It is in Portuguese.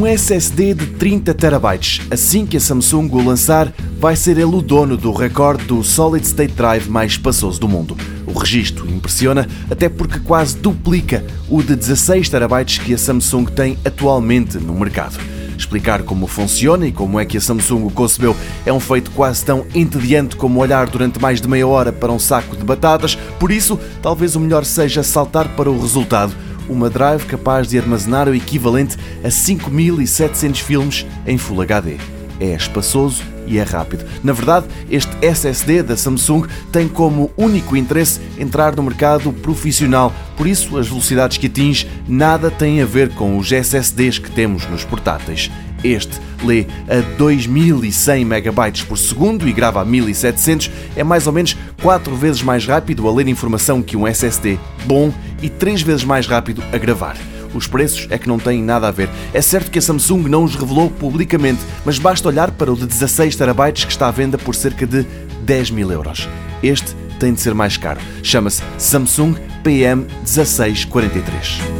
Um SSD de 30 TB. Assim que a Samsung o lançar, vai ser ele o dono do recorde do Solid State Drive mais espaçoso do mundo. O registro impressiona, até porque quase duplica o de 16 TB que a Samsung tem atualmente no mercado. Explicar como funciona e como é que a Samsung o concebeu é um feito quase tão entediante como olhar durante mais de meia hora para um saco de batatas, por isso, talvez o melhor seja saltar para o resultado. Uma drive capaz de armazenar o equivalente a 5.700 filmes em Full HD. É espaçoso e é rápido. Na verdade, este SSD da Samsung tem como único interesse entrar no mercado profissional, por isso as velocidades que atinge nada têm a ver com os SSDs que temos nos portáteis. Este lê a 2100 MB por segundo e grava a 1700, é mais ou menos 4 vezes mais rápido a ler informação que um SSD bom e 3 vezes mais rápido a gravar. Os preços é que não têm nada a ver. É certo que a Samsung não os revelou publicamente, mas basta olhar para o de 16 TB que está à venda por cerca de 10.000 euros. Este tem de ser mais caro. Chama-se Samsung PM1643.